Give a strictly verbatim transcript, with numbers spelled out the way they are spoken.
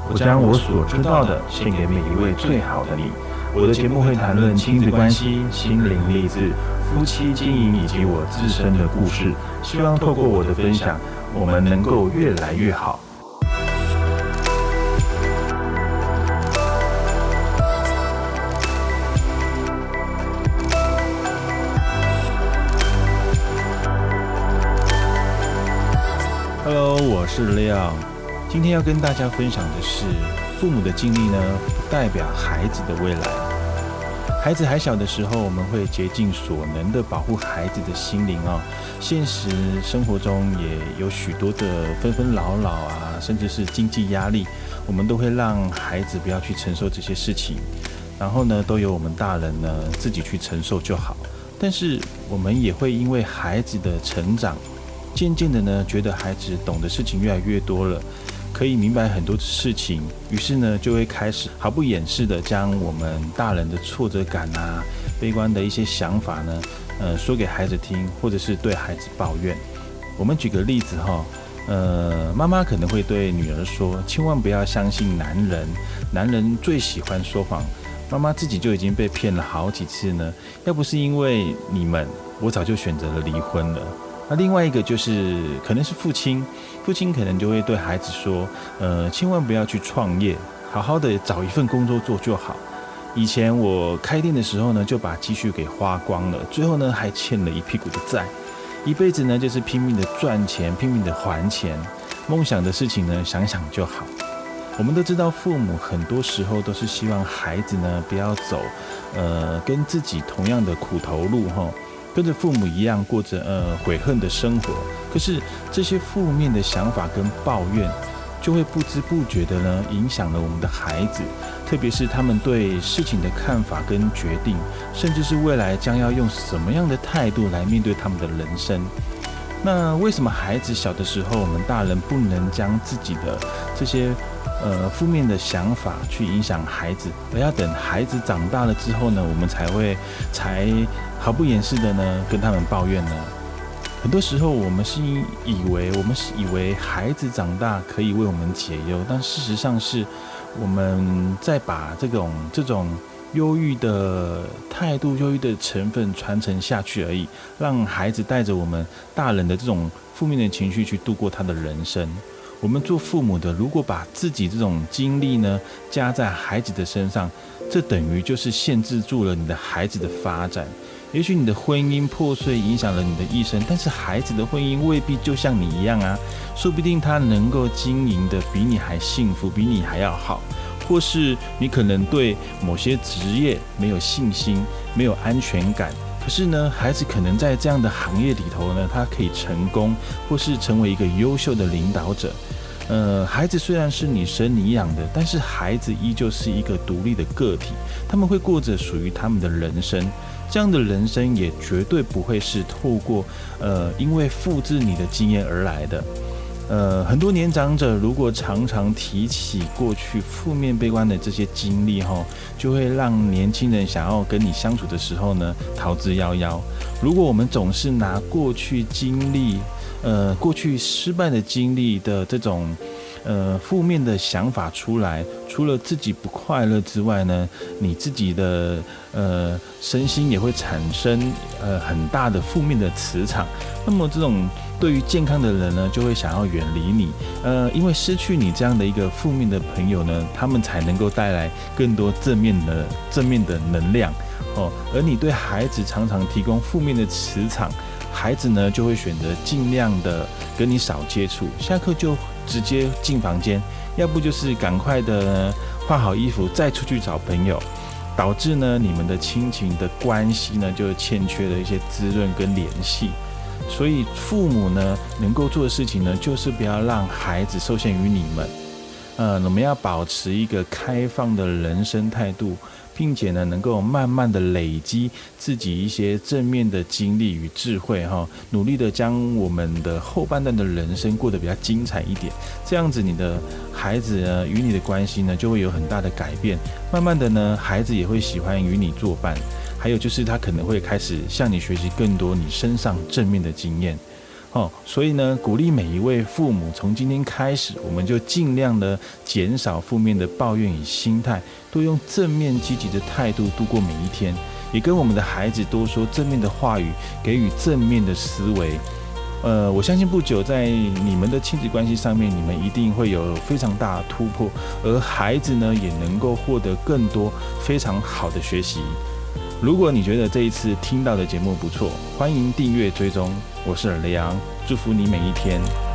我将我所知道的献给每一位最好的你。我的节目会谈论亲子关系、心灵励志、夫妻经营以及我自身的故事，希望透过我的分享，我们能够越来越好。Hello， 我是 Leon， 今天要跟大家分享的是，父母的经历呢，不代表孩子的未来。孩子还小的时候，我们会竭尽所能的保护孩子的心灵哦。现实生活中也有许多的纷纷扰扰啊，甚至是经济压力，我们都会让孩子不要去承受这些事情，然后呢，都由我们大人呢自己去承受就好。但是我们也会因为孩子的成长，渐渐的呢，觉得孩子懂的事情越来越多了，可以明白很多事情，于是呢，就会开始毫不掩饰的将我们大人的挫折感啊、悲观的一些想法呢，呃，说给孩子听，或者是对孩子抱怨。我们举个例子哈，呃，妈妈可能会对女儿说，千万不要相信男人，男人最喜欢说谎。妈妈自己就已经被骗了好几次呢，要不是因为你们，我早就选择了离婚了。那另外一个就是可能是父亲，父亲可能就会对孩子说，呃，千万不要去创业，好好的找一份工作做就好。以前我开店的时候呢，就把积蓄给花光了，最后呢还欠了一屁股的债，一辈子呢就是拼命的赚钱，拼命的还钱，梦想的事情呢想想就好。我们都知道，父母很多时候都是希望孩子呢不要走，呃，跟自己同样的苦头路哈。跟着父母一样过着呃悔恨的生活，可是这些负面的想法跟抱怨，就会不知不觉的呢影响了我们的孩子，特别是他们对事情的看法跟决定，甚至是未来将要用什么样的态度来面对他们的人生。那为什么孩子小的时候，我们大人不能将自己的这些呃负面的想法去影响孩子，而要等孩子长大了之后呢，我们才会才毫不掩饰的呢跟他们抱怨呢？很多时候我们是以为我们是以为孩子长大可以为我们解忧，但事实上是我们在把这种这种忧郁的态度、忧郁的成分传承下去而已，让孩子带着我们大人的这种负面的情绪去度过他的人生。我们做父母的，如果把自己这种经历呢加在孩子的身上，这等于就是限制住了你的孩子的发展。也许你的婚姻破碎影响了你的一生，但是孩子的婚姻未必就像你一样啊，说不定他能够经营的比你还幸福，比你还要好。或是你可能对某些职业没有信心，没有安全感，可是呢，孩子可能在这样的行业里头呢，他可以成功，或是成为一个优秀的领导者。呃，孩子虽然是你生你养的，但是孩子依旧是一个独立的个体，他们会过着属于他们的人生。这样的人生也绝对不会是透过呃，因为复制你的经验而来的。呃，很多年长者如果常常提起过去负面悲观的这些经历齁，就会让年轻人想要跟你相处的时候呢逃之夭夭。如果我们总是拿过去经历呃过去失败的经历的这种呃负面的想法出来，除了自己不快乐之外呢，你自己的呃身心也会产生呃很大的负面的磁场。那么这种对于健康的人呢，就会想要远离你，呃，因为失去你这样的一个负面的朋友呢，他们才能够带来更多正面的正面的能量哦。而你对孩子常常提供负面的磁场，孩子呢就会选择尽量的跟你少接触，下课就直接进房间，要不就是赶快的换好衣服再出去找朋友，导致呢你们的亲情的关系呢就欠缺了一些滋润跟联系。所以父母呢能够做的事情呢，就是不要让孩子受限于你们，呃，我们要保持一个开放的人生态度，并且呢能够慢慢的累积自己一些正面的经历与智慧哈，努力的将我们的后半段的人生过得比较精彩一点，这样子你的孩子呢与你的关系呢就会有很大的改变，慢慢的呢孩子也会喜欢与你作伴。还有就是他可能会开始向你学习更多你身上正面的经验。 哦，所以呢，鼓励每一位父母，从今天开始，我们就尽量的减少负面的抱怨与心态，多用正面积极的态度度过每一天，也跟我们的孩子多说正面的话语，给予正面的思维。呃，我相信不久在你们的亲子关系上面，你们一定会有非常大的突破，而孩子呢，也能够获得更多非常好的学习。如果你觉得这一次听到的节目不错，欢迎订阅追踪。我是尔雷昂，祝福你每一天